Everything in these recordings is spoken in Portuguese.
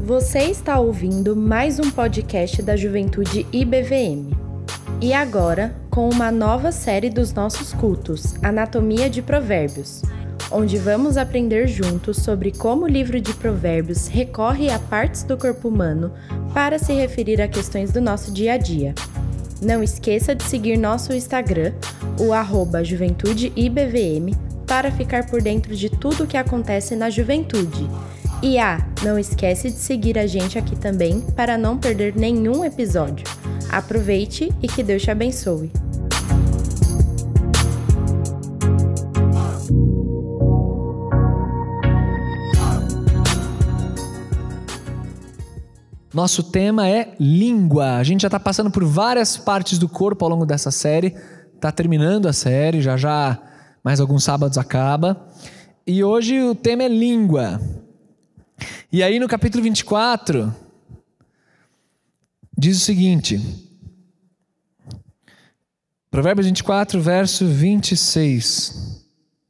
Você está ouvindo mais um podcast da Juventude IBVM. E agora, com uma nova série dos nossos cultos, Anatomia de Provérbios, onde vamos aprender juntos sobre como o livro de Provérbios recorre a partes do corpo humano para se referir a questões do nosso dia a dia. Não esqueça de seguir nosso Instagram, o @JuventudeIBVM, para ficar por dentro de tudo o que acontece na juventude. E não esquece de seguir a gente aqui também para não perder nenhum episódio. Aproveite e que Deus te abençoe. Nosso tema é língua. A gente já está passando por várias partes do corpo ao longo dessa série. Está terminando a série, já mais alguns sábados acaba. E hoje o tema é língua. E aí no capítulo 24, diz o seguinte. Provérbios 24, verso 26.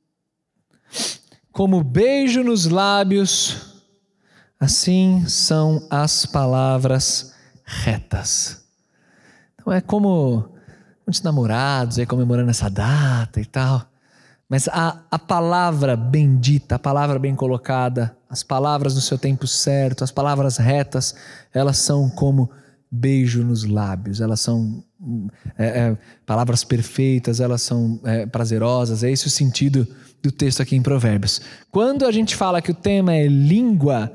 Como beijo nos lábios, assim são as palavras retas. Então é como muitos namorados aí comemorando essa data e tal. Mas a palavra bendita, a palavra bem colocada, as palavras no seu tempo certo, as palavras retas, elas são como beijo nos lábios. Elas são palavras perfeitas, elas são prazerosas. É esse o sentido do texto aqui em Provérbios. Quando a gente fala que o tema é língua,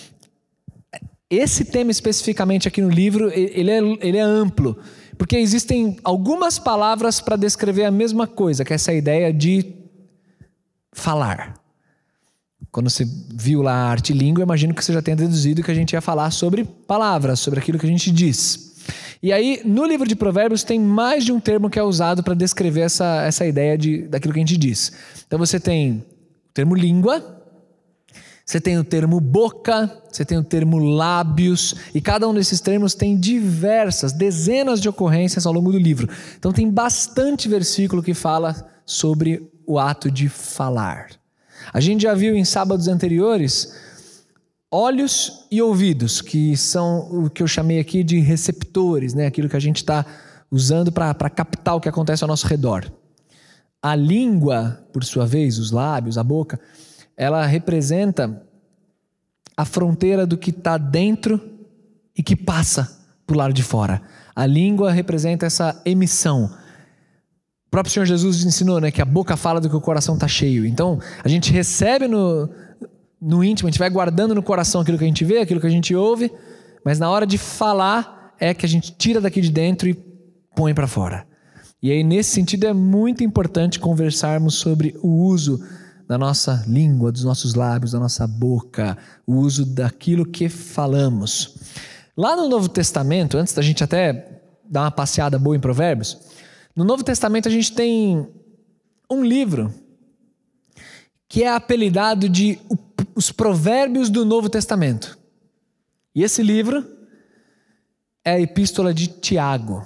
esse tema especificamente aqui no livro, ele é amplo, porque existem algumas palavras para descrever a mesma coisa, que é essa ideia de falar. Quando você viu lá a arte língua, eu imagino que você já tenha deduzido que a gente ia falar sobre palavras, sobre aquilo que a gente diz. E aí, no livro de Provérbios, tem mais de um termo que é usado para descrever essa ideia daquilo que a gente diz. Então você tem o termo língua, você tem o termo boca, você tem o termo lábios, e cada um desses termos tem dezenas de ocorrências ao longo do livro. Então tem bastante versículo que fala sobre o ato de falar. A gente já viu em sábados anteriores olhos e ouvidos, que são o que eu chamei aqui de receptores, né? Aquilo que a gente está usando para captar o que acontece ao nosso redor. A língua, por sua vez, os lábios, a boca, ela representa a fronteira do que está dentro e que passa para o lado de fora. A língua representa essa emissão. O próprio Senhor Jesus ensinou, né, que a boca fala do que o coração está cheio. Então, a gente recebe no íntimo, a gente vai guardando no coração aquilo que a gente vê, aquilo que a gente ouve, mas na hora de falar é que a gente tira daqui de dentro e põe para fora. E aí, nesse sentido, é muito importante conversarmos sobre o uso da nossa língua, dos nossos lábios, da nossa boca, o uso daquilo que falamos. Lá no Novo Testamento, antes da gente até dar uma passeada boa em Provérbios, no Novo Testamento a gente tem um livro que é apelidado de Os Provérbios do Novo Testamento. E esse livro é a Epístola de Tiago.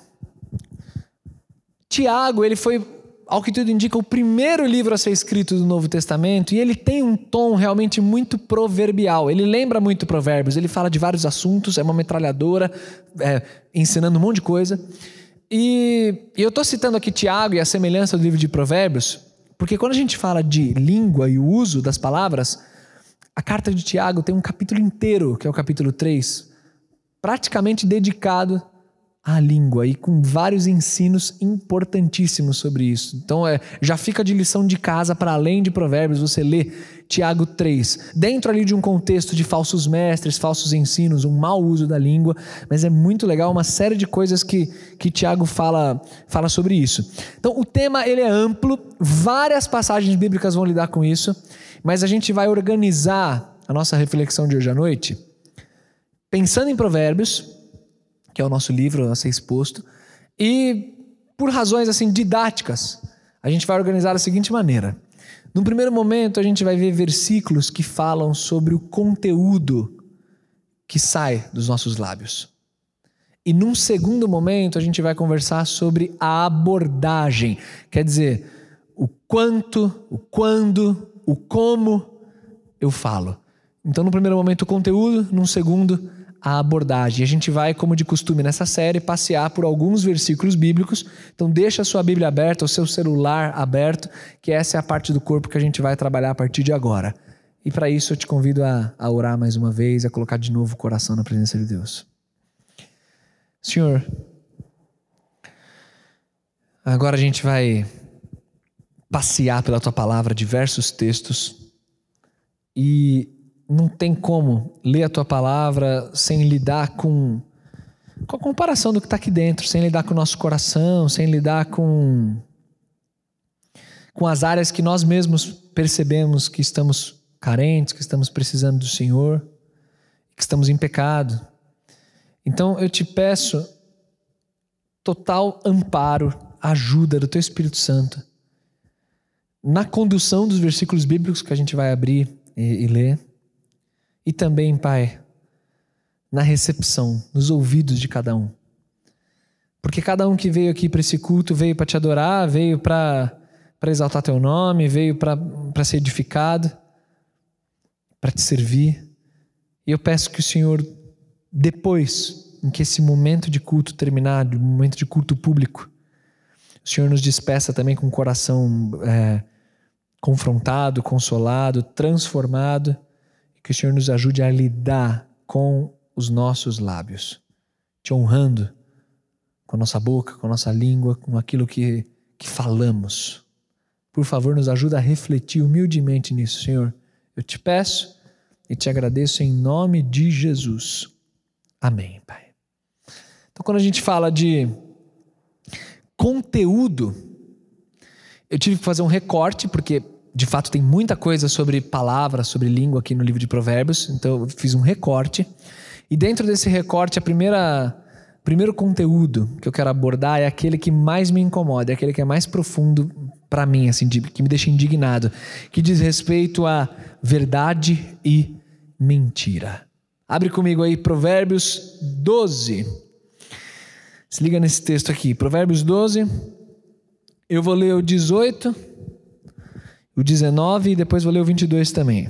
Tiago, ele foi, ao que tudo indica, o primeiro livro a ser escrito do Novo Testamento, e ele tem um tom realmente muito proverbial. Ele lembra muito Provérbios, ele fala de vários assuntos, é uma metralhadora, ensinando um monte de coisa. E eu estou citando aqui Tiago e a semelhança do livro de Provérbios, porque quando a gente fala de língua e o uso das palavras, a carta de Tiago tem um capítulo inteiro, que é o capítulo 3, praticamente dedicado à língua e com vários ensinos importantíssimos sobre isso. Então já fica de lição de casa para além de Provérbios, você lê Tiago 3, dentro ali de um contexto de falsos mestres, falsos ensinos, um mau uso da língua, mas é muito legal, uma série de coisas que Tiago fala sobre isso. Então o tema ele é amplo, várias passagens bíblicas vão lidar com isso, mas a gente vai organizar a nossa reflexão de hoje à noite pensando em Provérbios, que é o nosso livro a ser exposto, e por razões assim didáticas, a gente vai organizar da seguinte maneira. Num primeiro momento, a gente vai ver versículos que falam sobre o conteúdo que sai dos nossos lábios. E num segundo momento, a gente vai conversar sobre a abordagem, quer dizer, o quanto, o quando, o como eu falo. Então, no primeiro momento, o conteúdo, num segundo, a abordagem. A gente vai, como de costume nessa série, passear por alguns versículos bíblicos. Então, deixa a sua Bíblia aberta, o seu celular aberto, que essa é a parte do corpo que a gente vai trabalhar a partir de agora. E para isso eu te convido a orar mais uma vez, a colocar de novo o coração na presença de Deus. Senhor, agora a gente vai passear pela Tua palavra diversos textos e não tem como ler a Tua palavra sem lidar com a comparação do que está aqui dentro, sem lidar com o nosso coração, sem lidar com as áreas que nós mesmos percebemos que estamos carentes, que estamos precisando do Senhor, que estamos em pecado. Então eu te peço total amparo, ajuda do Teu Espírito Santo na condução dos versículos bíblicos que a gente vai abrir e ler, e também, Pai, na recepção, nos ouvidos de cada um. Porque cada um que veio aqui para esse culto veio para Te adorar, veio para exaltar Teu nome, veio para ser edificado, para Te servir. E eu peço que o Senhor, depois em que esse momento de culto terminar, um momento de culto público, o Senhor nos despeça também com o coração confrontado, consolado, transformado, e que o Senhor nos ajude a lidar com os nossos lábios, Te honrando com a nossa boca, com a nossa língua, com aquilo que falamos. Por favor, nos ajuda a refletir humildemente nisso, Senhor. Eu Te peço e Te agradeço em nome de Jesus. Amém, Pai. Então, quando a gente fala de conteúdo, eu tive que fazer um recorte, porque de fato tem muita coisa sobre palavras, sobre língua aqui no livro de Provérbios, então eu fiz um recorte. E dentro desse recorte, primeiro conteúdo que eu quero abordar é aquele que mais me incomoda, é aquele que é mais profundo para mim, assim, que me deixa indignado, que diz respeito a verdade e mentira. Abre comigo aí Provérbios 12. Se liga nesse texto aqui, Provérbios 12. Eu vou ler o 18, o 19 e depois vou ler o 22 também.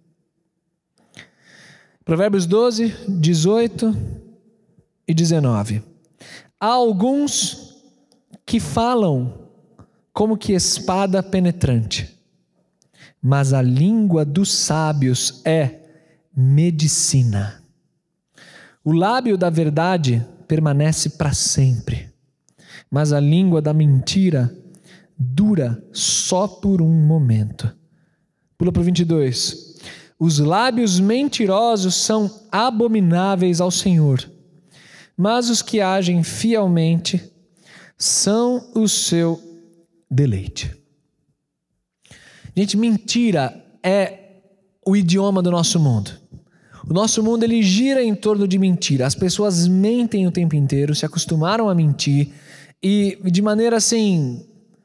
Provérbios 12, 18 e 19. Há alguns que falam como que espada penetrante, mas a língua dos sábios é medicina. O lábio da verdade permanece para sempre, mas a língua da mentira dura só por um momento. Pula para o 22. Os lábios mentirosos são abomináveis ao Senhor, mas os que agem fielmente são o seu deleite. Gente, mentira é o idioma do nosso mundo. O nosso mundo, ele gira em torno de mentira. As pessoas mentem o tempo inteiro, se acostumaram a mentir e de maneira assim,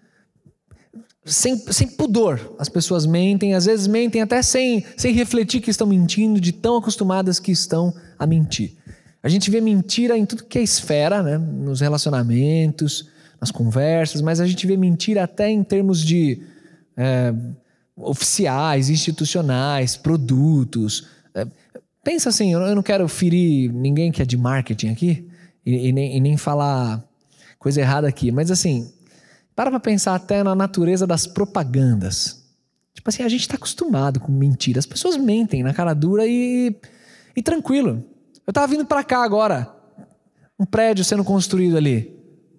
sem pudor. As pessoas mentem, às vezes mentem até sem refletir que estão mentindo, de tão acostumadas que estão a mentir. A gente vê mentira em tudo que é esfera, né? Nos relacionamentos, nas conversas, mas a gente vê mentira até em termos de oficiais, institucionais, produtos. Pensa assim, eu não quero ferir ninguém que é de marketing aqui e nem falar coisa errada aqui, mas assim, para pensar até na natureza das propagandas. Tipo assim, a gente está acostumado com mentira. As pessoas mentem na cara dura e tranquilo. Eu estava vindo para cá agora, um prédio sendo construído ali.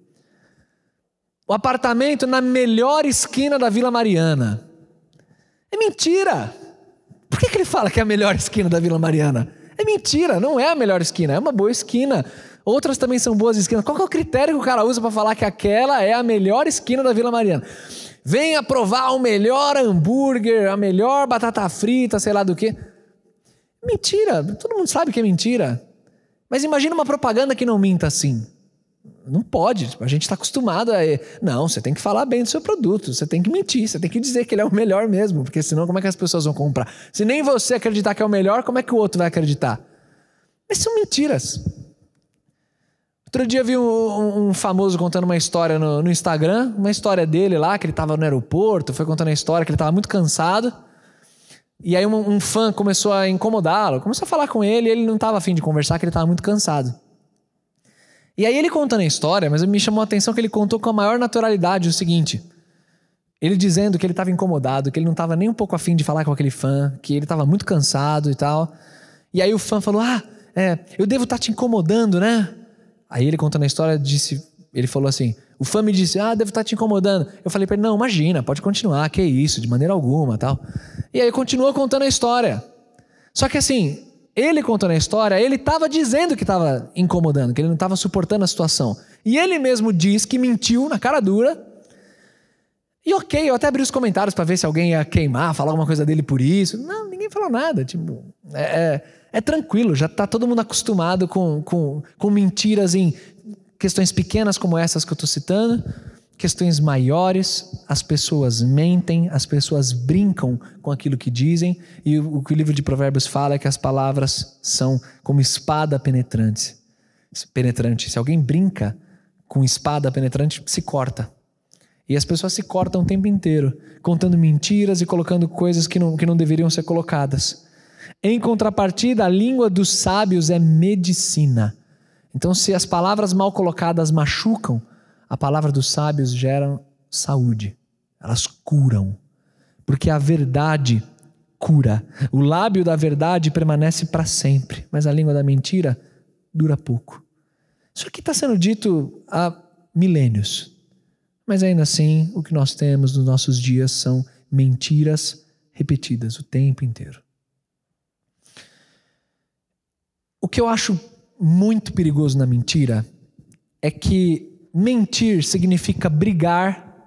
O apartamento na melhor esquina da Vila Mariana. É mentira. Por que ele fala que é a melhor esquina da Vila Mariana? É mentira, não é a melhor esquina, é uma boa esquina. Outras também são boas esquinas. Qual que é o critério que o cara usa para falar que aquela é a melhor esquina da Vila Mariana? Venha provar o melhor hambúrguer, a melhor batata frita, sei lá do que. Mentira, todo mundo sabe que é mentira. Mas imagina uma propaganda que não minta assim. Não pode, a gente está acostumado a... Não, você tem que falar bem do seu produto, você tem que mentir, você tem que dizer que ele é o melhor mesmo, porque senão como é que as pessoas vão comprar? Se nem você acreditar que é o melhor, como é que o outro vai acreditar? Mas são mentiras. Outro dia eu vi um famoso contando uma história no Instagram, uma história dele lá, que ele estava no aeroporto, foi contando a história, que ele estava muito cansado, E aí um fã começou a incomodá-lo, começou a falar com ele, e ele não estava a fim de conversar, que ele estava muito cansado. E aí ele contando a história, mas me chamou a atenção que ele contou com a maior naturalidade o seguinte: ele dizendo que ele estava incomodado, que ele não estava nem um pouco a fim de falar com aquele fã, que ele estava muito cansado e tal. E aí o fã falou: eu devo estar te incomodando, né? Aí ele contando a história, ele falou assim, o fã me disse: devo estar te incomodando. Eu falei para ele: não, imagina, pode continuar, que isso, de maneira alguma, tal. E aí continuou contando a história. Só que assim, ele contando a história, ele estava dizendo que estava incomodando, que ele não estava suportando a situação. E ele mesmo diz que mentiu na cara dura. E ok, eu até abri os comentários para ver se alguém ia queimar, falar alguma coisa dele por isso. Não, ninguém falou nada. Tipo, é tranquilo, já está todo mundo acostumado com mentiras em questões pequenas como essas que eu estou citando. Questões maiores, as pessoas mentem, as pessoas brincam com aquilo que dizem. E o que o livro de Provérbios fala é que as palavras são como espada penetrante. Se alguém brinca com espada penetrante, se corta. E as pessoas se cortam o tempo inteiro, contando mentiras e colocando coisas que não deveriam ser colocadas. Em contrapartida, a língua dos sábios é medicina. Então, se as palavras mal colocadas machucam, a palavra dos sábios gera saúde. Elas curam. Porque a verdade cura. O lábio da verdade permanece para sempre, mas a língua da mentira dura pouco. Isso aqui está sendo dito há milênios. Mas ainda assim, o que nós temos nos nossos dias são mentiras repetidas o tempo inteiro. O que eu acho muito perigoso na mentira é que mentir significa brigar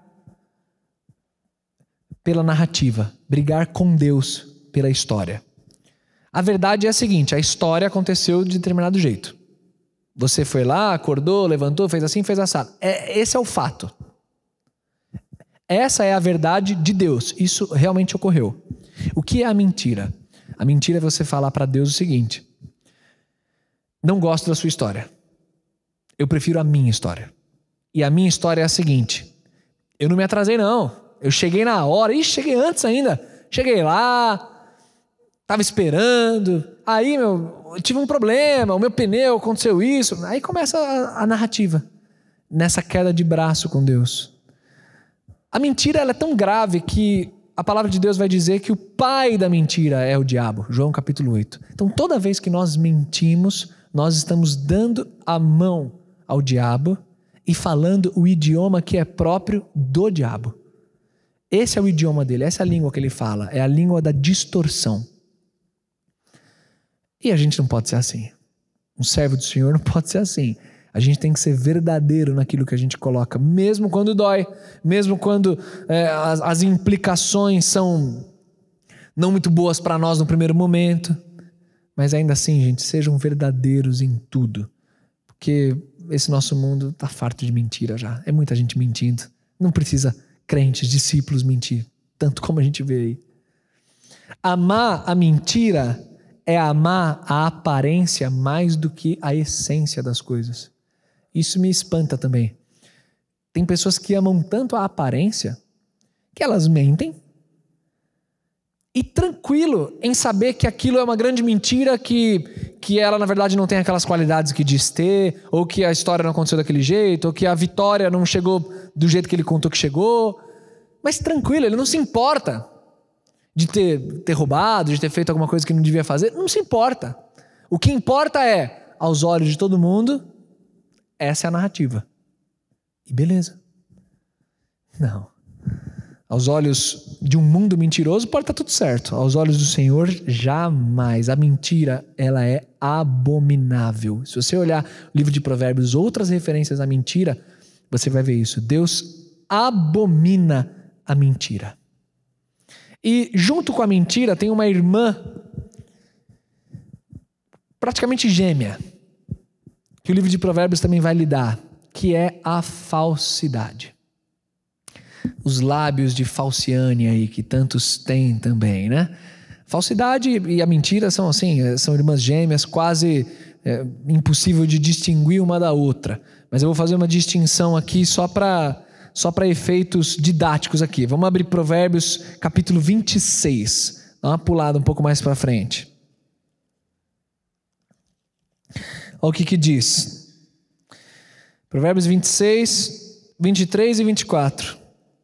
pela narrativa, brigar com Deus pela história. A verdade é a seguinte: a história aconteceu de determinado jeito. Você foi lá, acordou, levantou, fez assim, fez assado. Esse é o fato. Essa é a verdade de Deus. Isso realmente ocorreu. O que é a mentira? A mentira é você falar para Deus o seguinte: não gosto da sua história. Eu prefiro a minha história. E a minha história é a seguinte: eu não me atrasei não. Eu cheguei na hora. Cheguei antes ainda. Cheguei lá, estava esperando. Aí, eu tive um problema, o meu pneu, aconteceu isso. Aí começa a narrativa. Nessa queda de braço com Deus. A mentira ela é tão grave que a palavra de Deus vai dizer que o pai da mentira é o diabo. João capítulo 8. Então toda vez que nós mentimos, nós estamos dando a mão ao diabo e falando o idioma que é próprio do diabo. Esse é o idioma dele, essa é a língua que ele fala. É a língua da distorção. E a gente não pode ser assim. Um servo do Senhor não pode ser assim. A gente tem que ser verdadeiro naquilo que a gente coloca, mesmo quando dói, mesmo quando as implicações são não muito boas para nós no primeiro momento. Mas ainda assim, gente, sejam verdadeiros em tudo. Porque esse nosso mundo está farto de mentira já. É muita gente mentindo. Não precisa crentes, discípulos mentir, tanto como a gente vê aí. Amar a mentira é amar a aparência mais do que a essência das coisas. Isso me espanta também. Tem pessoas que amam tanto a aparência que elas mentem e tranquilo em saber que aquilo é uma grande mentira, que ela na verdade não tem aquelas qualidades que diz ter, ou que a história não aconteceu daquele jeito, ou que a vitória não chegou do jeito que ele contou que chegou. Mas tranquilo, ele não se importa de ter roubado, de ter feito alguma coisa que não devia fazer. Não se importa. O que importa é, aos olhos de todo mundo, essa é a narrativa. E beleza. Não. Aos olhos de um mundo mentiroso pode estar tudo certo. Aos olhos do Senhor, jamais. A mentira, ela é abominável. Se você olhar o livro de Provérbios, outras referências à mentira, você vai ver isso. Deus abomina a mentira. E junto com a mentira tem uma irmã praticamente gêmea, que o livro de Provérbios também vai lidar, que é a falsidade. Os lábios de Falciane aí, que tantos têm também, né? Falsidade e a mentira são assim, são irmãs gêmeas, quase impossível de distinguir uma da outra. Mas eu vou fazer uma distinção aqui só para efeitos didáticos aqui. Vamos abrir Provérbios capítulo 26. Dá uma pulada um pouco mais para frente. Olha o que diz. Provérbios 26, 23 e 24.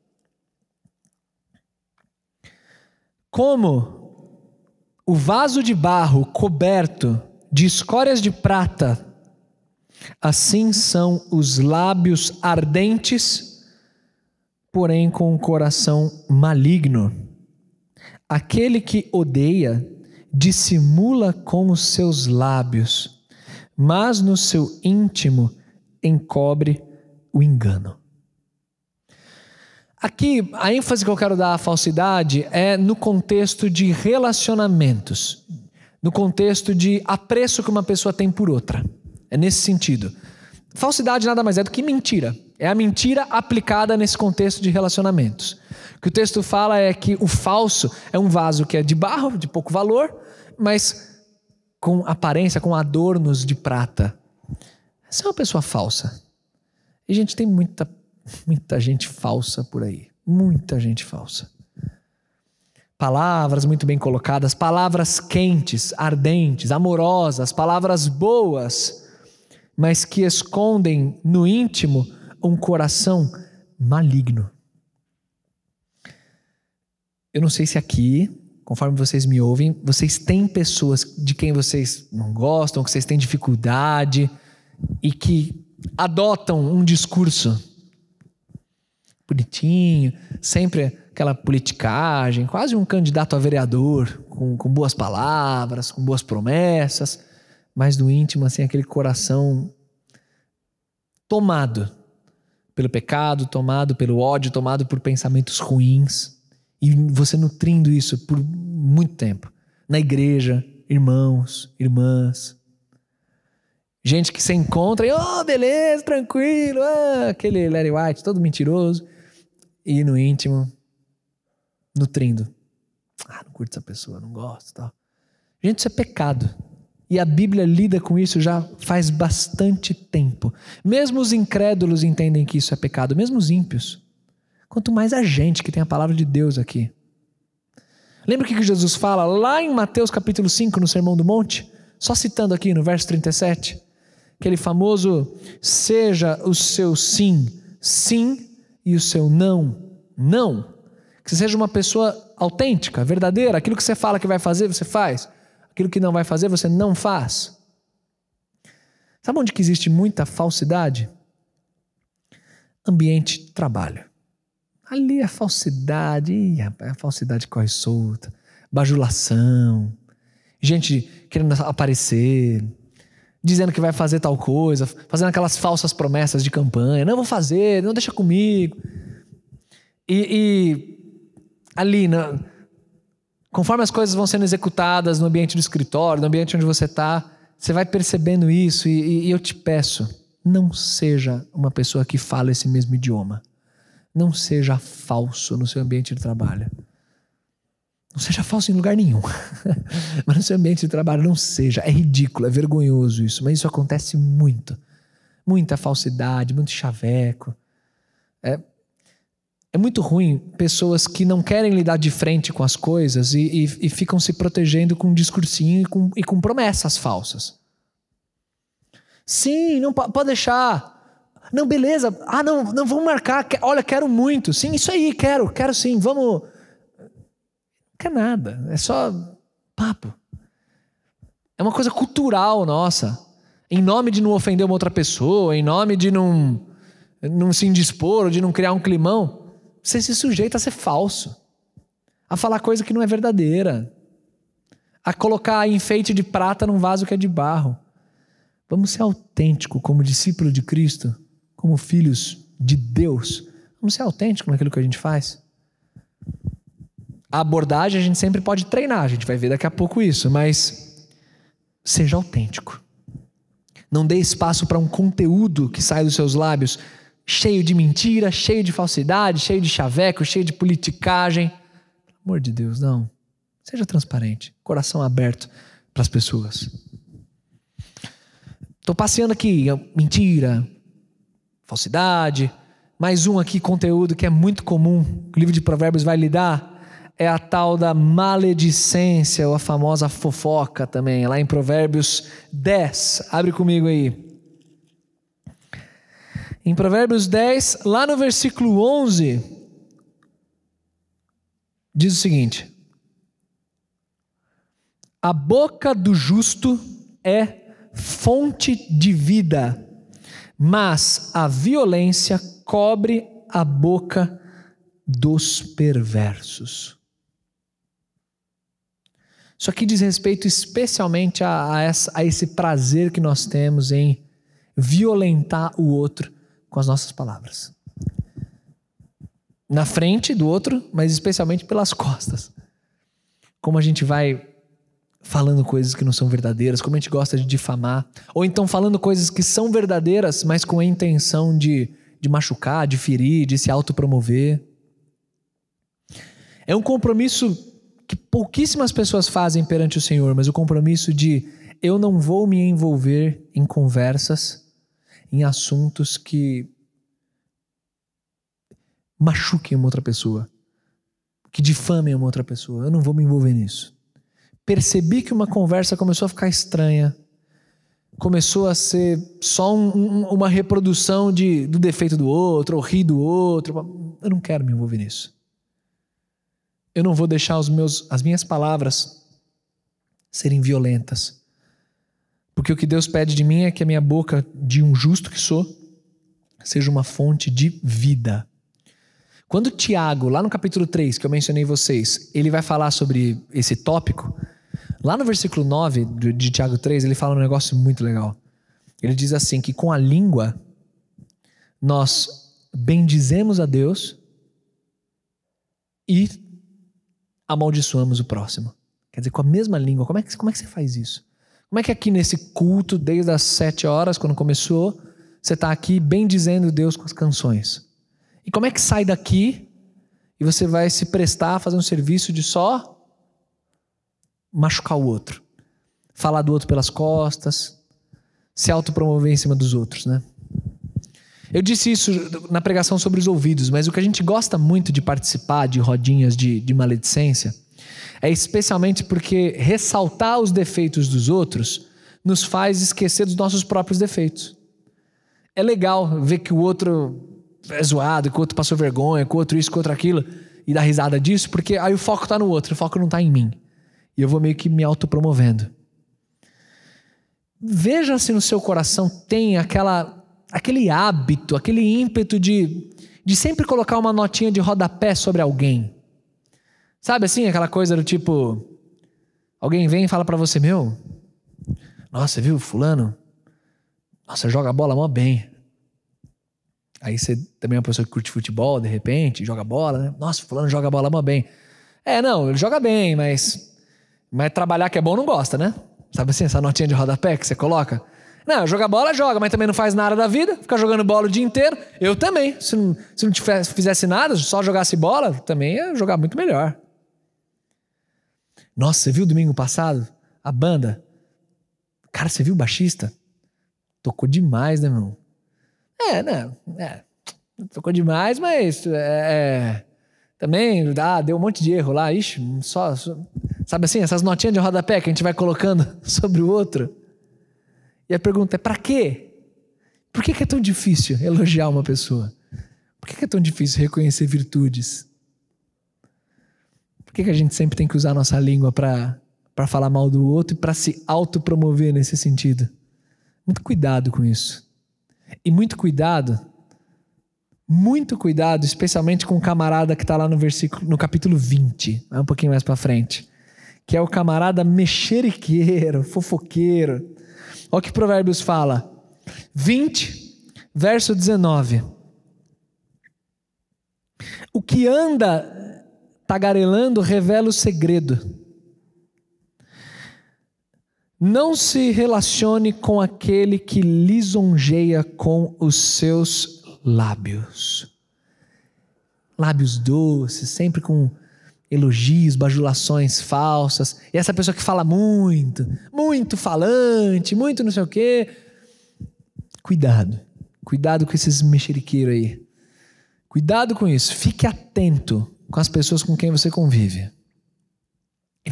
Como o vaso de barro coberto de escórias de prata, assim são os lábios ardentes, porém com um coração maligno. Aquele que odeia dissimula com os seus lábios, mas no seu íntimo encobre o engano. Aqui, a ênfase que eu quero dar à falsidade é no contexto de relacionamentos, no contexto de apreço que uma pessoa tem por outra. É nesse sentido. Falsidade nada mais é do que mentira. É a mentira aplicada nesse contexto de relacionamentos. O que o texto fala é que o falso é um vaso que é de barro, de pouco valor, mas com aparência, com adornos de prata. Essa é uma pessoa falsa. E, gente, tem muita gente falsa por aí. Muita gente falsa. Palavras muito bem colocadas, palavras quentes, ardentes, amorosas, palavras boas, mas que escondem no íntimo um coração maligno. Eu não sei se aqui, conforme vocês me ouvem, vocês têm pessoas de quem vocês não gostam, que vocês têm dificuldade e que adotam um discurso bonitinho, sempre aquela politicagem, quase um candidato a vereador, com boas palavras, com boas promessas, mas no íntimo, assim, aquele coração tomado pelo pecado, tomado pelo ódio, tomado por pensamentos ruins, e você nutrindo isso por muito tempo. Na igreja, irmãos, irmãs, gente que se encontra e, beleza, tranquilo, aquele Larry White, todo mentiroso, e no íntimo, nutrindo. Não curto essa pessoa, não gosto, tal. Gente, isso é pecado. E a Bíblia lida com isso já faz bastante tempo. Mesmo os incrédulos entendem que isso é pecado, mesmo os ímpios. Quanto mais a gente que tem a palavra de Deus aqui. Lembra o que Jesus fala lá em Mateus capítulo 5, no Sermão do Monte? Só citando aqui no verso 37. Aquele famoso, seja o seu sim, sim, e o seu não, não. Que você seja uma pessoa autêntica, verdadeira. Aquilo que você fala que vai fazer, você faz. Aquilo que não vai fazer, você não faz. Sabe onde que existe muita falsidade? Ambiente de trabalho. Ali a falsidade, a falsidade corre solta. Bajulação. Gente querendo aparecer, dizendo que vai fazer tal coisa, fazendo aquelas falsas promessas de campanha. Não vou fazer, não deixa comigo. E ali, conforme as coisas vão sendo executadas no ambiente do escritório, no ambiente onde você está, você vai percebendo isso e eu te peço, não seja uma pessoa que fala esse mesmo idioma. Não seja falso no seu ambiente de trabalho. Não seja falso em lugar nenhum. Mas no seu ambiente de trabalho não seja. É ridículo, é vergonhoso isso. Mas isso acontece muito. Muita falsidade, muito chaveco. É muito ruim pessoas que não querem lidar de frente com as coisas e ficam se protegendo com um discursinho e com promessas falsas. Sim, não pode deixar. Não, beleza. Não, vamos marcar. Olha, quero muito. Sim, isso aí, quero sim. Vamos. Não quer nada. É só papo. É uma coisa cultural nossa. Em nome de não ofender uma outra pessoa, em nome de não se indispor, ou de não criar um climão, você se sujeita a ser falso, a falar coisa que não é verdadeira, a colocar enfeite de prata num vaso que é de barro. Vamos ser autênticos como discípulo de Cristo, como filhos de Deus. Vamos ser autênticos naquilo que a gente faz. A abordagem a gente sempre pode treinar, a gente vai ver daqui a pouco isso, mas seja autêntico. Não dê espaço para um conteúdo que sai dos seus lábios cheio de mentira, cheio de falsidade, cheio de chaveco, cheio de politicagem. Pelo amor de Deus, não. Seja transparente, coração aberto para as pessoas. Estou passeando aqui, mentira, falsidade. Mais um aqui, conteúdo que é muito comum, que o livro de Provérbios vai lidar, é a tal da maledicência, ou a famosa fofoca também, lá em Provérbios 10. Abre comigo aí. Em Provérbios 10, lá no versículo 11, diz o seguinte: a boca do justo é fonte de vida, mas a violência cobre a boca dos perversos. Isso aqui diz respeito especialmente a esse prazer que nós temos em violentar o outro com as nossas palavras. Na frente do outro, mas especialmente pelas costas. Como a gente vai falando coisas que não são verdadeiras, como a gente gosta de difamar, ou então falando coisas que são verdadeiras, mas com a intenção de machucar, de ferir, de se autopromover. É um compromisso que pouquíssimas pessoas fazem perante o Senhor, mas o compromisso de eu não vou me envolver em conversas, em assuntos que machuquem uma outra pessoa, que difamem uma outra pessoa. Eu não vou me envolver nisso. Percebi que uma conversa começou a ficar estranha, começou a ser só uma reprodução do defeito do outro, ou rir do outro. Eu não quero me envolver nisso. Eu não vou deixar as minhas palavras serem violentas. Porque o que Deus pede de mim é que a minha boca, de um justo que sou, seja uma fonte de vida. Quando Tiago, lá no capítulo 3, que eu mencionei vocês, ele vai falar sobre esse tópico, lá no versículo 9 de Tiago 3, ele fala um negócio muito legal. Ele diz assim, que com a língua nós bendizemos a Deus e amaldiçoamos o próximo. Quer dizer, com a mesma língua. Como é que você faz isso? Como é que aqui nesse culto, desde as 7 horas, quando começou, você está aqui bendizendo Deus com as canções? E como é que sai daqui e você vai se prestar a fazer um serviço de só machucar o outro? Falar do outro pelas costas, se autopromover em cima dos outros, né? Eu disse isso na pregação sobre os ouvidos, mas o que a gente gosta muito de participar de rodinhas de maledicência é especialmente porque ressaltar os defeitos dos outros nos faz esquecer dos nossos próprios defeitos. É legal ver que o outro é zoado, que o outro passou vergonha, que o outro isso, que o outro aquilo, e dar risada disso, porque aí o foco está no outro, o foco não está em mim. E eu vou meio que me autopromovendo. Veja se no seu coração tem aquele hábito, aquele ímpeto de sempre colocar uma notinha de rodapé sobre alguém. Sabe assim, aquela coisa do tipo, alguém vem e fala pra você, nossa, viu, fulano? Nossa, joga a bola mó bem. Aí você também é uma pessoa que curte futebol, de repente, joga bola, né? Nossa, fulano joga a bola mó bem. Não, ele joga bem, mas trabalhar que é bom não gosta, né? Sabe assim, essa notinha de rodapé que você coloca? Não, jogar bola joga, mas também não faz nada da vida, fica jogando bola o dia inteiro. Eu também, se não fizesse nada, só jogasse bola, também ia jogar muito melhor. Nossa, você viu domingo passado? A banda? Cara, você viu o baixista? Tocou demais, né, meu? Tocou demais, mas também deu um monte de erro lá. Ixi, só sabe assim, essas notinhas de rodapé que a gente vai colocando sobre o outro. E a pergunta é, pra quê? Por que é tão difícil elogiar uma pessoa? Por que é tão difícil reconhecer virtudes? Por que a gente sempre tem que usar a nossa língua para falar mal do outro e para se autopromover nesse sentido? Muito cuidado com isso. E muito cuidado, especialmente com o camarada que está lá no capítulo 20, um pouquinho mais para frente, que é o camarada mexeriqueiro, fofoqueiro. Olha o que Provérbios fala, 20, verso 19. O que anda tagarelando revela o segredo. Não se relacione com aquele que lisonjeia com os seus lábios. Lábios doces, sempre com elogios, bajulações falsas. E essa pessoa que fala muito falante, muito não sei o quê. Cuidado com esses mexeriqueiros aí. Cuidado com isso. Fique atento com as pessoas com quem você convive.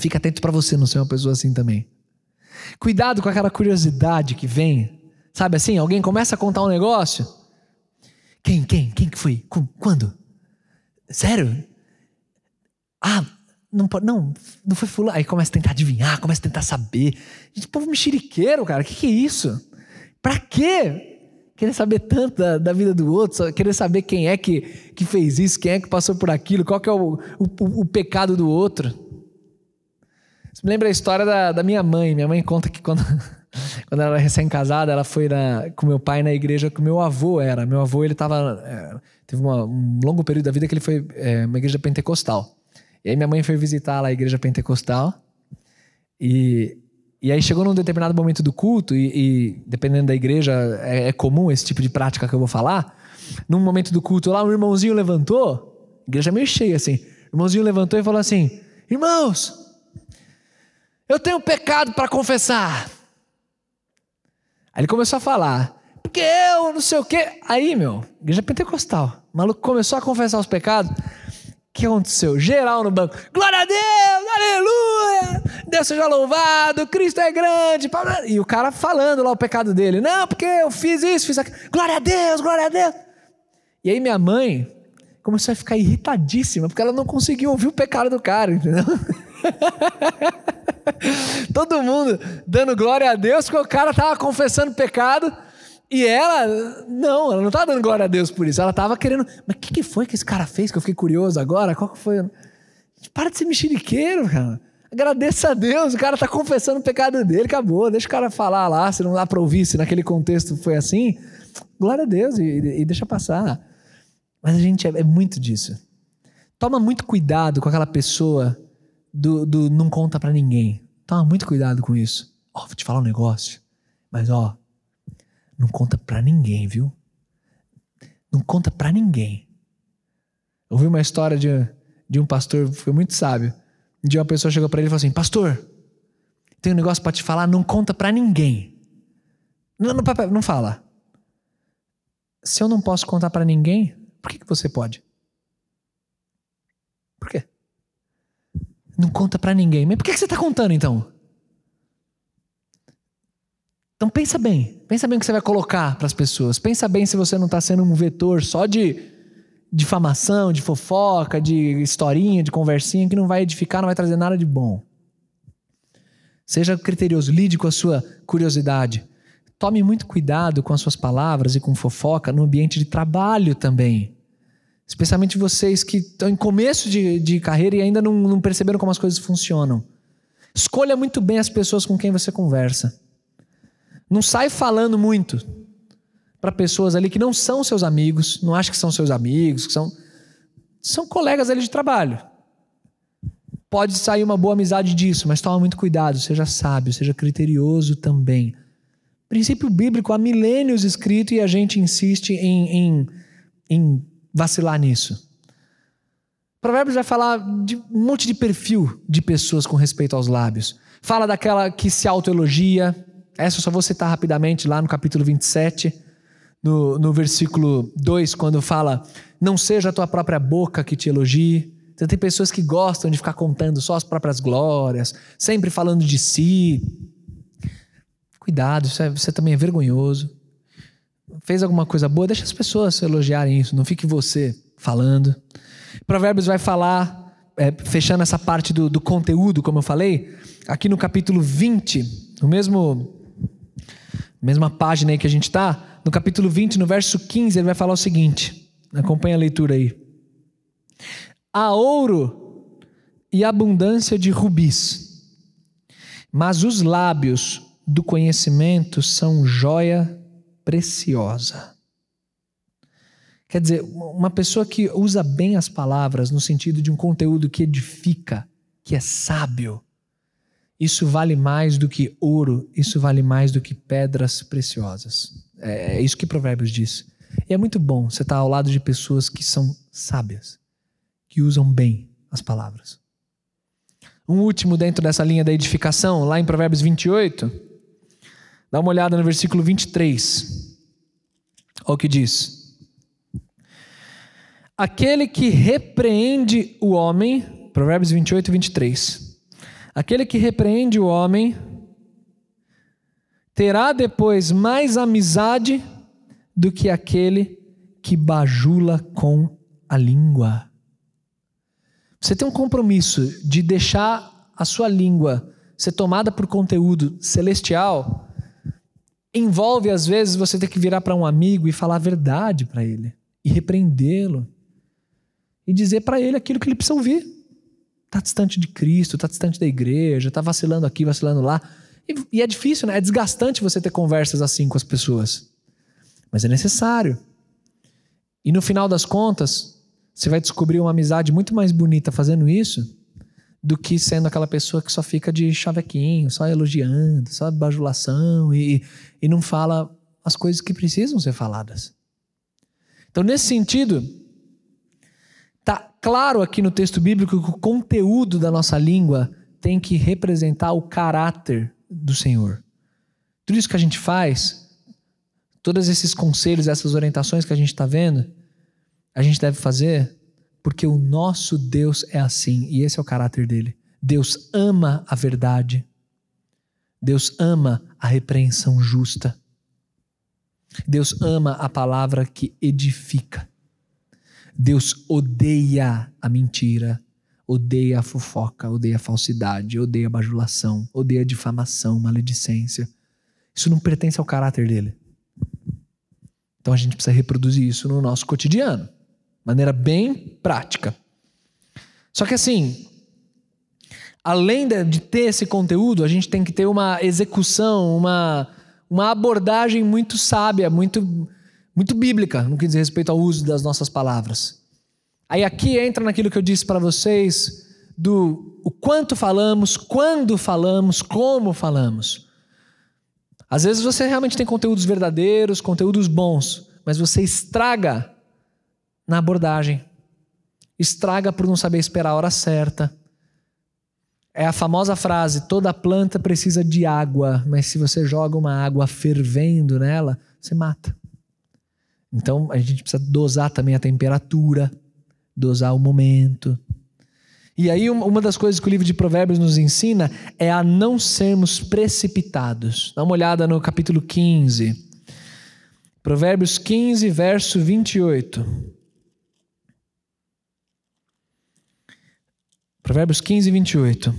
fica atento para você não ser uma pessoa assim também. Cuidado com aquela curiosidade que vem. Sabe assim, alguém começa a contar um negócio. Quem que foi? Quando? Sério? Ah, não foi fulano. Aí começa a tentar adivinhar, começa a tentar saber. Gente, povo mexeriqueiro, cara, que é isso? Pra quê? Querer saber tanto da vida do outro, querer saber quem é que fez isso, quem é que passou por aquilo, qual que é o pecado do outro. Isso me lembra a história da minha mãe. Minha mãe conta que quando ela era recém-casada, ela foi com meu pai na igreja que o meu avô era. Meu avô, ele teve um longo período da vida que ele foi uma igreja pentecostal. E aí minha mãe foi visitar lá a igreja pentecostal. E aí chegou num determinado momento do culto, e dependendo da igreja, é comum esse tipo de prática que eu vou falar. Num momento do culto lá, um irmãozinho levantou, a igreja meio cheia assim, o irmãozinho levantou e falou assim: irmãos, eu tenho um pecado para confessar. Aí ele começou a falar, porque eu não sei o quê. Aí, igreja pentecostal, o maluco começou a confessar os pecados. O que aconteceu? Geral no banco. Glória a Deus, aleluia, Deus seja louvado, Cristo é grande. E o cara falando lá o pecado dele. Não, porque eu fiz isso, fiz aquilo. Glória a Deus, glória a Deus. E aí minha mãe começou a ficar irritadíssima, porque ela não conseguia ouvir o pecado do cara, entendeu? Todo mundo dando glória a Deus porque o cara estava confessando pecado. E ela não estava dando glória a Deus por isso. Ela estava querendo, mas o que foi que esse cara fez que eu fiquei curioso agora? Qual que foi? Para de ser mexeriqueiro, cara. Agradeça a Deus, o cara está confessando o pecado dele, acabou. Deixa o cara falar lá, se não dá para ouvir, se naquele contexto foi assim. Glória a Deus e deixa passar. Mas a gente é muito disso. Toma muito cuidado com aquela pessoa do não conta para ninguém. Toma muito cuidado com isso. Vou te falar um negócio, mas não conta pra ninguém, viu? Não conta pra ninguém. Eu ouvi uma história de um pastor, foi muito sábio. Um dia uma pessoa chegou pra ele e falou assim: pastor, tem um negócio pra te falar, não conta pra ninguém. Não fala. Se eu não posso contar pra ninguém, por que você pode? Por quê? Não conta pra ninguém. Mas por que você tá contando então? Então pensa bem o que você vai colocar para as pessoas. Pensa bem se você não está sendo um vetor só de difamação, de fofoca, de historinha, de conversinha que não vai edificar, não vai trazer nada de bom. Seja criterioso, lide com a sua curiosidade. Tome muito cuidado com as suas palavras e com fofoca no ambiente de trabalho também. Especialmente vocês que estão em começo de carreira e ainda não perceberam como as coisas funcionam. Escolha muito bem as pessoas com quem você conversa. Não sai falando muito para pessoas ali que não são seus amigos, não acha que são seus amigos, que são colegas ali de trabalho. Pode sair uma boa amizade disso, mas toma muito cuidado, seja sábio, seja criterioso também. Princípio bíblico há milênios escrito e a gente insiste em vacilar nisso. Provérbios vai falar de um monte de perfil de pessoas com respeito aos lábios. Fala daquela que se autoelogia. Essa eu só vou citar rapidamente lá no capítulo 27, no versículo 2, quando fala: não seja a tua própria boca que te elogie. Então, tem pessoas que gostam de ficar contando só as próprias glórias, sempre falando de si. Cuidado, isso também é vergonhoso. Fez alguma coisa boa, deixa as pessoas elogiarem isso, não fique você falando. Provérbios vai falar, fechando essa parte do conteúdo, como eu falei, aqui no capítulo 20, mesma página aí que a gente está, no capítulo 20, no verso 15, ele vai falar o seguinte, acompanha a leitura aí. Há ouro e abundância de rubis, mas os lábios do conhecimento são joia preciosa. Quer dizer, uma pessoa que usa bem as palavras no sentido de um conteúdo que edifica, que é sábio, isso vale mais do que ouro, isso vale mais do que pedras preciosas. É isso que Provérbios diz. E é muito bom você estar ao lado de pessoas que são sábias, que usam bem as palavras. Um último dentro dessa linha da edificação, lá em Provérbios 28, dá uma olhada no versículo 23. Olha o que diz. Aquele que repreende o homem, Provérbios 28, 23. Aquele que repreende o homem terá depois mais amizade do que aquele que bajula com a língua. Você tem um compromisso de deixar a sua língua ser tomada por conteúdo celestial. Envolve, às vezes, você ter que virar para um amigo e falar a verdade para ele. E repreendê-lo. E dizer para ele aquilo que ele precisa ouvir. Está distante de Cristo, está distante da igreja, está vacilando aqui, vacilando lá. E é difícil, né? É desgastante você ter conversas assim com as pessoas. Mas é necessário. E no final das contas, você vai descobrir uma amizade muito mais bonita fazendo isso do que sendo aquela pessoa que só fica de chavequinho, só elogiando, só bajulação e não fala as coisas que precisam ser faladas. Então, nesse sentido, está claro aqui no texto bíblico que o conteúdo da nossa língua tem que representar o caráter do Senhor. Tudo isso que a gente faz, todos esses conselhos, essas orientações que a gente está vendo, a gente deve fazer porque o nosso Deus é assim, e esse é o caráter dele. Deus ama a verdade. Deus ama a repreensão justa. Deus ama a palavra que edifica. Deus odeia a mentira, odeia a fofoca, odeia a falsidade, odeia a bajulação, odeia a difamação, maledicência. Isso não pertence ao caráter dele. Então a gente precisa reproduzir isso no nosso cotidiano. De maneira bem prática. Só que assim, além de ter esse conteúdo, a gente tem que ter uma execução, uma abordagem muito sábia, muito bíblica no que diz respeito ao uso das nossas palavras. Aí aqui entra naquilo que eu disse para vocês do o quanto falamos, quando falamos, como falamos. Às vezes você realmente tem conteúdos verdadeiros, conteúdos bons, mas você estraga na abordagem. Estraga por não saber esperar a hora certa. É a famosa frase, toda planta precisa de água, mas se você joga uma água fervendo nela, você mata. Então a gente precisa dosar também a temperatura, dosar o momento. E aí uma das coisas que o livro de Provérbios nos ensina é a não sermos precipitados. Dá uma olhada no capítulo 15. Provérbios 15, verso 28. Provérbios 15, 28.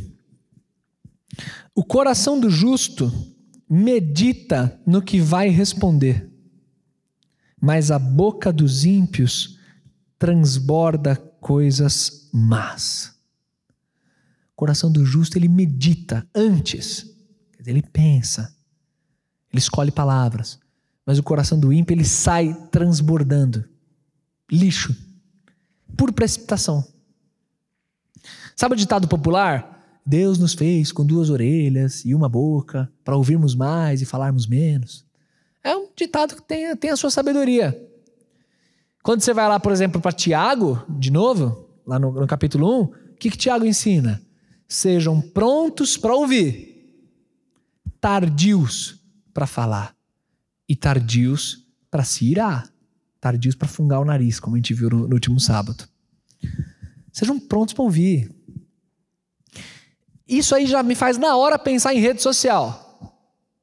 O coração do justo medita no que vai responder, mas a boca dos ímpios transborda coisas más. O coração do justo, ele medita antes, ele pensa, ele escolhe palavras, mas o coração do ímpio, ele sai transbordando, lixo, por precipitação. Sabe o ditado popular? Deus nos fez com 2 orelhas e uma boca para ouvirmos mais e falarmos menos. É um ditado que tem a sua sabedoria. Quando você vai lá, por exemplo, para Tiago, de novo, lá no capítulo 1, o que Tiago ensina? Sejam prontos para ouvir, tardios para falar e tardios para se irar, tardios para fungar o nariz, como a gente viu no último sábado. Sejam prontos para ouvir. Isso aí já me faz na hora pensar em rede social.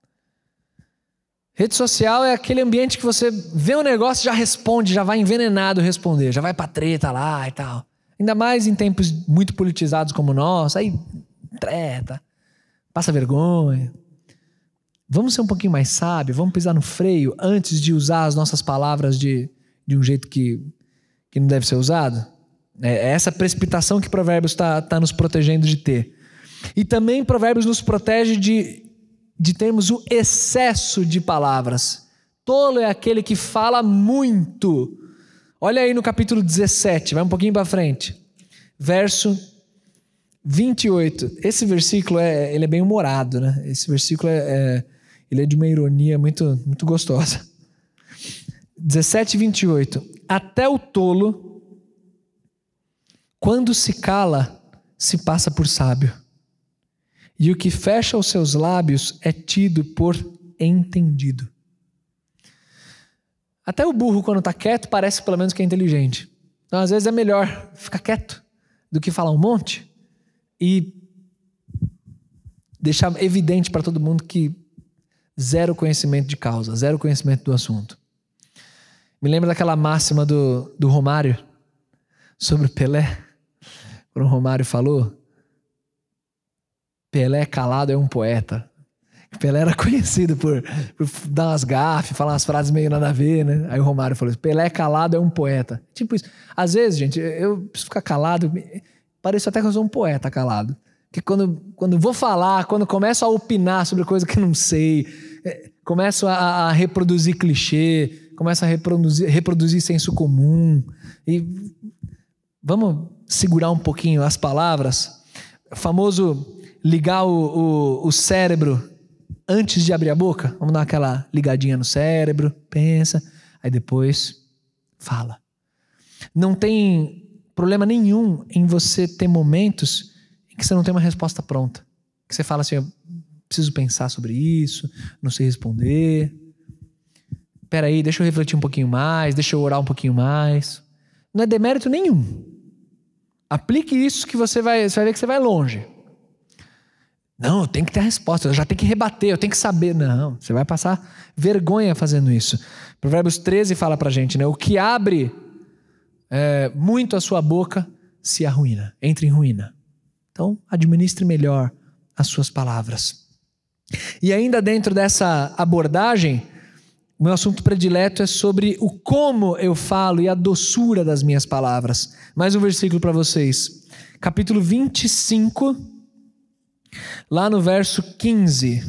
Rede social é aquele ambiente que você vê um negócio e já responde, já vai envenenado responder, já vai pra treta lá e tal. Ainda mais em tempos muito politizados como o nosso, aí treta, passa vergonha. Vamos ser um pouquinho mais sábios, vamos pisar no freio antes de usar as nossas palavras de um jeito que não deve ser usado. É essa precipitação que Provérbios está nos protegendo de ter. E também Provérbios nos protege de termos o excesso de palavras. Tolo é aquele que fala muito. Olha aí no capítulo 17, vai um pouquinho para frente. Verso 28. Esse versículo ele é bem humorado, né? Esse versículo ele é de uma ironia muito, muito gostosa. 17, 28. Até o tolo, quando se cala, se passa por sábio. E o que fecha os seus lábios é tido por entendido. Até o burro, quando está quieto, parece pelo menos que é inteligente. Então, às vezes é melhor ficar quieto do que falar um monte e deixar evidente para todo mundo que zero conhecimento de causa, zero conhecimento do assunto. Me lembra daquela máxima do Romário sobre o Pelé. Quando o Romário falou, Pelé calado é um poeta. Pelé era conhecido por dar umas gafes, falar umas frases meio nada a ver, né? Aí o Romário falou, Pelé calado é um poeta. Tipo isso. Às vezes, gente, eu preciso ficar calado, parece até que eu sou um poeta calado. Porque quando vou falar, quando começo a opinar sobre coisa que não sei, começo a reproduzir clichê, começo a reproduzir senso comum. E vamos segurar um pouquinho as palavras. O famoso ligar o cérebro antes de abrir a boca. Vamos dar aquela ligadinha no cérebro, pensa, aí depois fala. Não tem problema nenhum em você ter momentos em que você não tem uma resposta pronta. Que você fala assim, eu preciso pensar sobre isso, não sei responder. Peraí, deixa eu refletir um pouquinho mais, deixa eu orar um pouquinho mais. Não é demérito nenhum. Aplique isso que você vai ver que você vai longe. Não, eu tenho que ter a resposta, eu já tenho que rebater, eu tenho que saber. Não, você vai passar vergonha fazendo isso. Provérbios 13 fala pra gente, né? O que abre muito a sua boca se arruína, entra em ruína. Então, administre melhor as suas palavras. E ainda dentro dessa abordagem, o meu assunto predileto é sobre o como eu falo e a doçura das minhas palavras. Mais um versículo para vocês. Capítulo 25, lá no verso 15.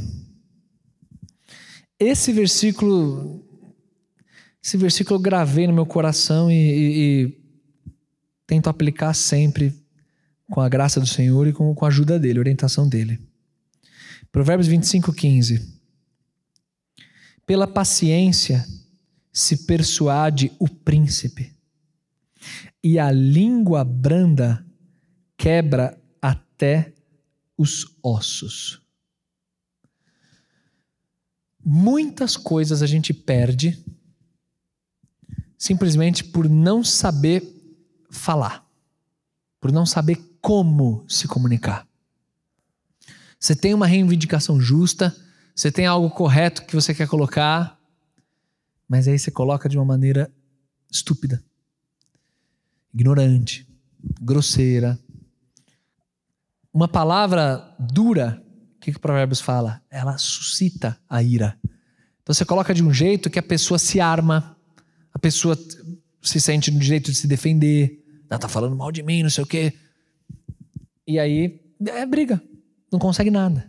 Esse versículo eu gravei no meu coração e tento aplicar sempre com a graça do Senhor e com a ajuda dele, a orientação dele. Provérbios 25, 15. Pela paciência se persuade o príncipe, e a língua branda quebra até os ossos. Muitas coisas a gente perde simplesmente por não saber falar, por não saber como se comunicar. Você tem uma reivindicação justa, você tem algo correto que você quer colocar, mas aí você coloca de uma maneira estúpida, ignorante, grosseira. Uma palavra dura, o que o Provérbios fala? Ela suscita a ira. Então você coloca de um jeito que a pessoa se arma, a pessoa se sente no direito de se defender. Ela tá falando mal de mim, não sei o quê. E aí é briga, não consegue nada.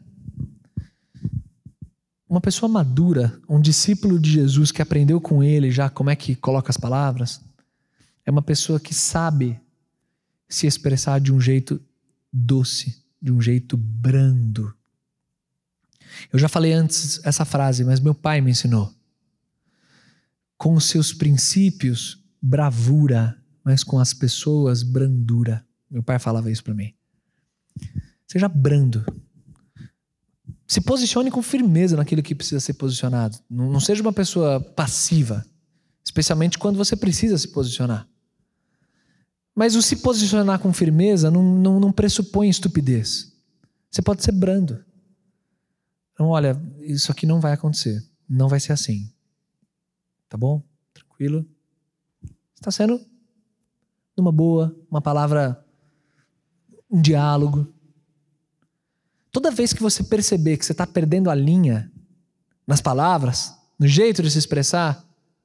Uma pessoa madura, um discípulo de Jesus que aprendeu com ele já como é que coloca as palavras, é uma pessoa que sabe se expressar de um jeito doce, de um jeito brando. Eu já falei antes essa frase, mas meu pai me ensinou. Com os seus princípios, bravura, mas com as pessoas, brandura. Meu pai falava isso para mim. Seja brando. Se posicione com firmeza naquilo que precisa ser posicionado. Não seja uma pessoa passiva, especialmente quando você precisa se posicionar. Mas o se posicionar com firmeza não pressupõe estupidez. Você pode ser brando. Então, olha, isso aqui não vai acontecer. Não vai ser assim. Tá bom? Tranquilo? Está sendo uma boa, uma palavra, um diálogo. Toda vez que você perceber que você está perdendo a linha nas palavras, no jeito de se expressar,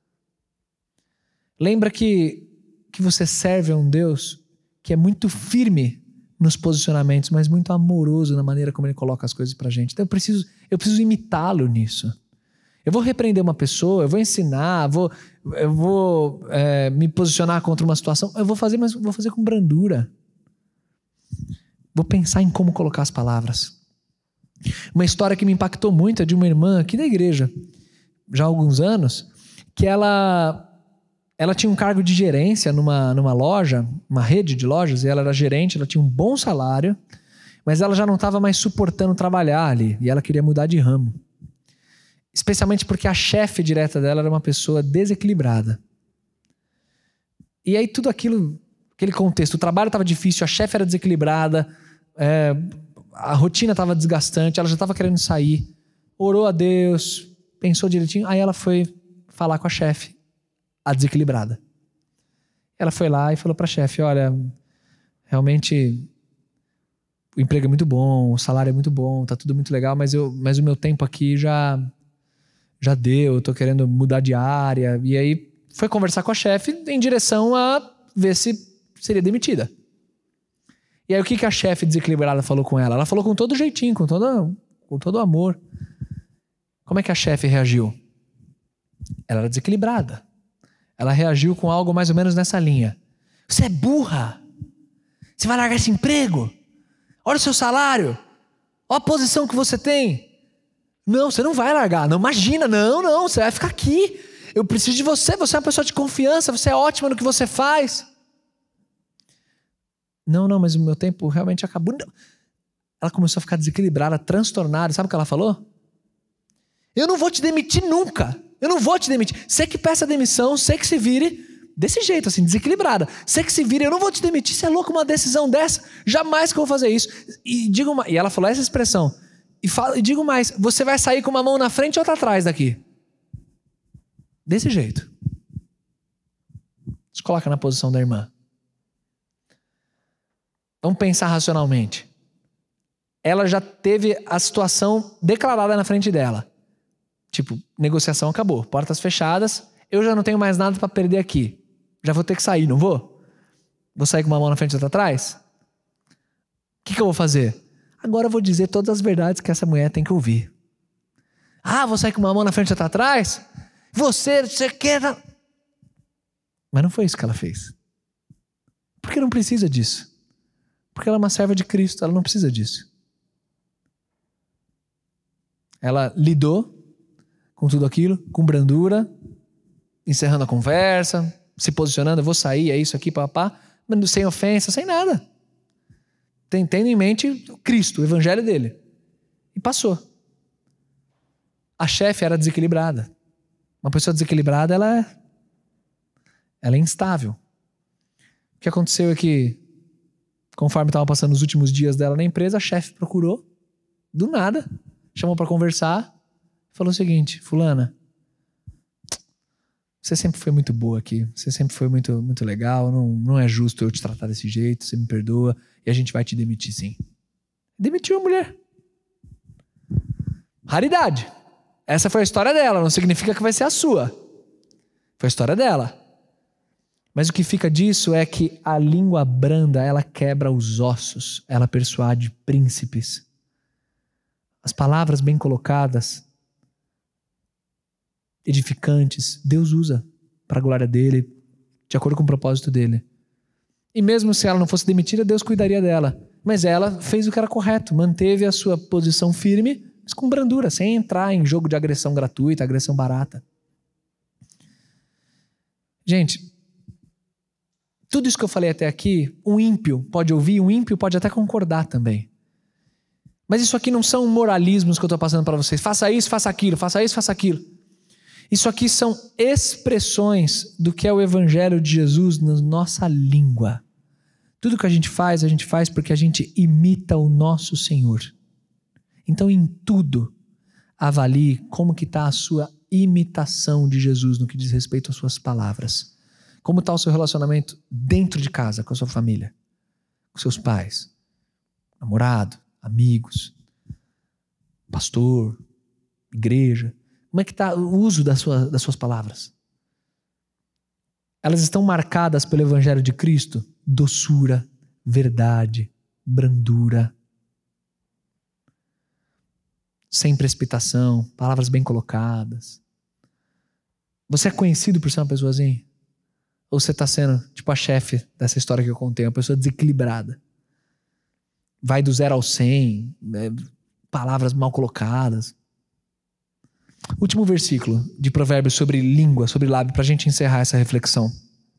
lembra que você serve a um Deus que é muito firme nos posicionamentos, mas muito amoroso na maneira como ele coloca as coisas pra gente. Então eu preciso imitá-lo nisso. Eu vou repreender uma pessoa, eu vou ensinar, eu vou me posicionar contra uma situação, eu vou fazer, mas vou fazer com brandura. Vou pensar em como colocar as palavras. Uma história que me impactou muito é de uma irmã aqui da igreja, já há alguns anos, que ela tinha um cargo de gerência numa loja, uma rede de lojas, e ela era gerente, ela tinha um bom salário, mas ela já não estava mais suportando trabalhar ali, e ela queria mudar de ramo. Especialmente porque a chefe direta dela era uma pessoa desequilibrada. E aí tudo aquele contexto, o trabalho estava difícil, a chefe era desequilibrada, a rotina estava desgastante, ela já estava querendo sair, orou a Deus, pensou direitinho, aí ela foi falar com a chefe, a desequilibrada. Ela foi lá e falou para a chefe, olha, realmente o emprego é muito bom, o salário é muito bom, tá tudo muito legal, mas o meu tempo aqui já deu, eu tô querendo mudar de área. E aí foi conversar com a chefe em direção a ver se seria demitida. E aí o que a chefe desequilibrada falou com ela? Ela falou com todo jeitinho, com todo amor. Como é que a chefe reagiu? Ela era desequilibrada. Ela reagiu com algo mais ou menos nessa linha. Você é burra. Você vai largar esse emprego? Olha o seu salário. Olha a posição que você tem. Não, você não vai largar. Não, imagina, não, você vai ficar aqui. Eu preciso de você, você é uma pessoa de confiança, você é ótima no que você faz. Não, mas o meu tempo realmente acabou. Não. Ela começou a ficar desequilibrada, transtornada. Sabe o que ela falou? Eu não vou te demitir nunca. Eu não vou te demitir. Você que peça demissão, você que se vire. Desse jeito, assim, desequilibrada. Você que se vire, eu não vou te demitir. Você é louco uma decisão dessa? Jamais que eu vou fazer isso. E ela falou essa expressão. E digo mais, você vai sair com uma mão na frente e outra atrás daqui. Desse jeito. Se coloca na posição da irmã. Vamos pensar racionalmente. Ela já teve a situação declarada na frente dela. Tipo, negociação acabou, portas fechadas, eu já não tenho mais nada para perder aqui. Já vou ter que sair, não vou? Vou sair com uma mão na frente e outra atrás? O que eu vou fazer? Agora eu vou dizer todas as verdades que essa mulher tem que ouvir. Vou sair com uma mão na frente e outra atrás? Você quer... Mas não foi isso que ela fez. Porque não precisa disso. Porque ela é uma serva de Cristo, ela não precisa disso. Ela lidou com tudo aquilo, com brandura, encerrando a conversa, se posicionando, eu vou sair, é isso aqui, papá, mas sem ofensa, sem nada. Tendo em mente Cristo, o evangelho dele. E passou. A chefe era desequilibrada. Uma pessoa desequilibrada, ela é instável. O que aconteceu é que, conforme estava passando os últimos dias dela na empresa, a chefe procurou, do nada, chamou para conversar, falou o seguinte, fulana, você sempre foi muito boa aqui, você sempre foi muito, muito legal, não é justo eu te tratar desse jeito, você me perdoa e a gente vai te demitir sim. Demitiu a mulher. Raridade. Essa foi a história dela, não significa que vai ser a sua. Foi a história dela. Mas o que fica disso é que a língua branda, ela quebra os ossos, ela persuade príncipes. As palavras bem colocadas, edificantes, Deus usa para a glória dele, de acordo com o propósito dele. E mesmo se ela não fosse demitida, Deus cuidaria dela. Mas ela fez o que era correto, manteve a sua posição firme, mas com brandura, sem entrar em jogo de agressão gratuita, agressão barata. Gente, tudo isso que eu falei até aqui, um ímpio pode ouvir, um ímpio pode até concordar também. Mas isso aqui não são moralismos que eu estou passando para vocês. Faça isso, faça aquilo, faça isso, faça aquilo. Isso aqui são expressões do que é o evangelho de Jesus na nossa língua. Tudo que a gente faz porque a gente imita o nosso Senhor. Então, em tudo, avalie como que está a sua imitação de Jesus no que diz respeito às suas palavras. Como está o seu relacionamento dentro de casa, com a sua família, com seus pais, namorado, amigos, pastor, igreja. Como é que está o uso das suas palavras? Elas estão marcadas pelo evangelho de Cristo? Doçura, verdade, brandura. Sem precipitação, palavras bem colocadas. Você é conhecido por ser uma pessoa assim? Ou você está sendo tipo a chefe dessa história que eu contei, uma pessoa desequilibrada? Vai do 0 ao 100, palavras mal colocadas. Último versículo de Provérbios sobre língua, sobre lábio, para a gente encerrar essa reflexão.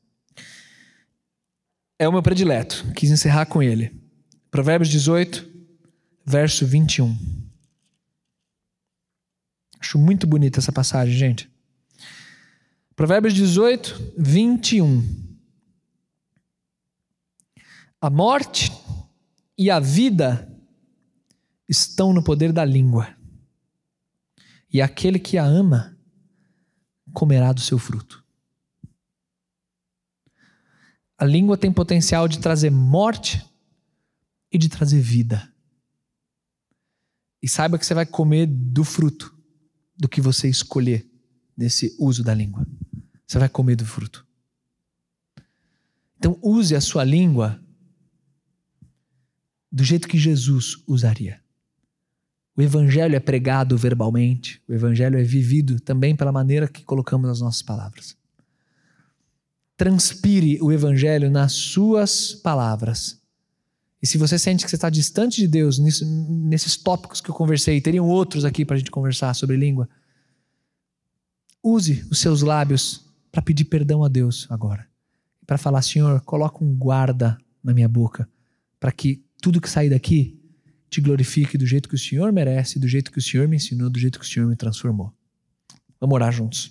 É o meu predileto, quis encerrar com ele. Provérbios 18, verso 21. Acho muito bonita essa passagem, gente. Provérbios 18, 21. A morte e a vida estão no poder da língua. E aquele que a ama comerá do seu fruto. A língua tem potencial de trazer morte e de trazer vida. E saiba que você vai comer do fruto do que você escolher nesse uso da língua. Você vai comer do fruto. Então use a sua língua do jeito que Jesus usaria. O evangelho é pregado verbalmente, o evangelho é vivido também pela maneira que colocamos as nossas palavras. Transpire o evangelho nas suas palavras. E se você sente que você está distante de Deus, nesses tópicos que eu conversei, teriam outros aqui para a gente conversar sobre língua, use os seus lábios para pedir perdão a Deus agora. Para falar, Senhor, coloca um guarda na minha boca, para que tudo que sair daqui te glorifique do jeito que o Senhor merece, do jeito que o Senhor me ensinou, do jeito que o Senhor me transformou. Vamos orar juntos.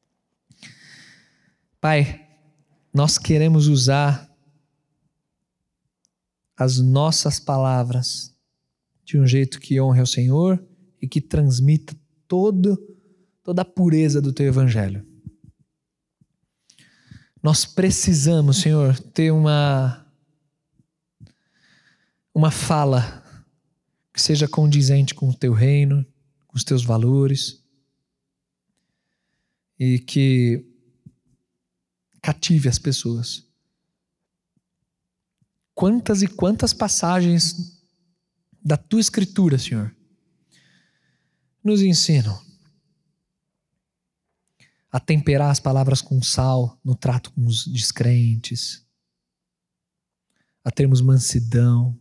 Pai, nós queremos usar as nossas palavras de um jeito que honre ao Senhor e que transmita toda a pureza do Teu Evangelho. Nós precisamos, Senhor, ter uma fala que seja condizente com o Teu reino, com os Teus valores e que cative as pessoas. Quantas e quantas passagens da Tua Escritura, Senhor, nos ensinam a temperar as palavras com sal no trato com os descrentes, a termos mansidão,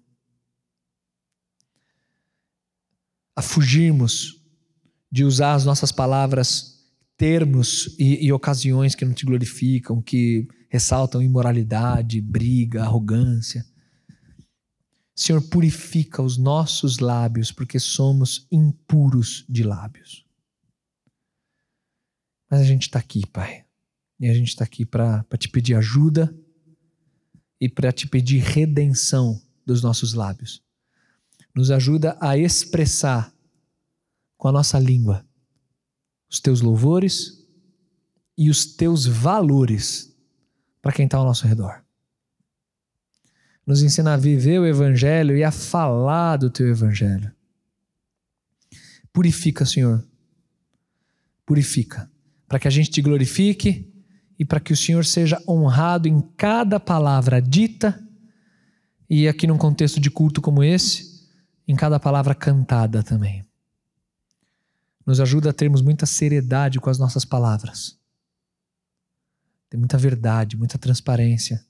a fugirmos de usar as nossas palavras, termos e ocasiões que não te glorificam, que ressaltam imoralidade, briga, arrogância. Senhor, purifica os nossos lábios, porque somos impuros de lábios. Mas a gente está aqui, Pai. E a gente está aqui para te pedir ajuda e para te pedir redenção dos nossos lábios. Nos ajuda a expressar com a nossa língua os teus louvores e os teus valores para quem está ao nosso redor. Nos ensina a viver o Evangelho e a falar do teu Evangelho. Purifica, Senhor. Purifica. Para que a gente te glorifique e para que o Senhor seja honrado em cada palavra dita e aqui num contexto de culto como esse, em cada palavra cantada também. Nos ajuda a termos muita seriedade com as nossas palavras. Tem muita verdade, muita transparência.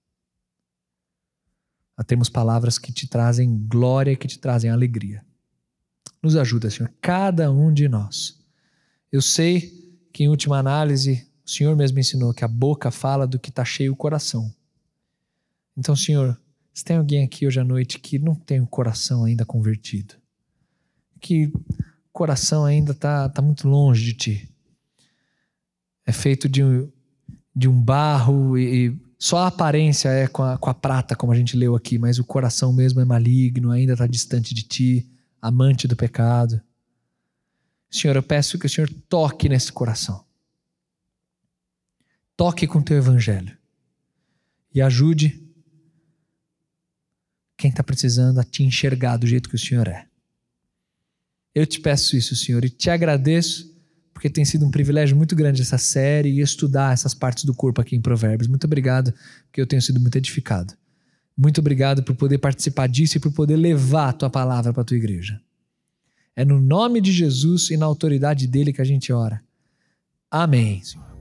A termos palavras que te trazem glória e que te trazem alegria. Nos ajuda, Senhor, cada um de nós. Eu sei que em última análise, o Senhor mesmo ensinou que a boca fala do que está cheio o coração. Então, Senhor, se tem alguém aqui hoje à noite que não tem o coração ainda convertido, que o coração ainda está muito longe de Ti, é feito de um barro e só a aparência é com a prata, como a gente leu aqui, mas o coração mesmo é maligno, ainda está distante de Ti, amante do pecado. Senhor, eu peço que o Senhor toque nesse coração. Toque com o Teu Evangelho. E ajude quem está precisando a te enxergar do jeito que o Senhor é. Eu te peço isso, Senhor, e te agradeço porque tem sido um privilégio muito grande essa série e estudar essas partes do corpo aqui em Provérbios. Muito obrigado, porque eu tenho sido muito edificado. Muito obrigado por poder participar disso e por poder levar a Tua palavra para a Tua igreja. É no nome de Jesus e na autoridade dele que a gente ora. Amém, Senhor.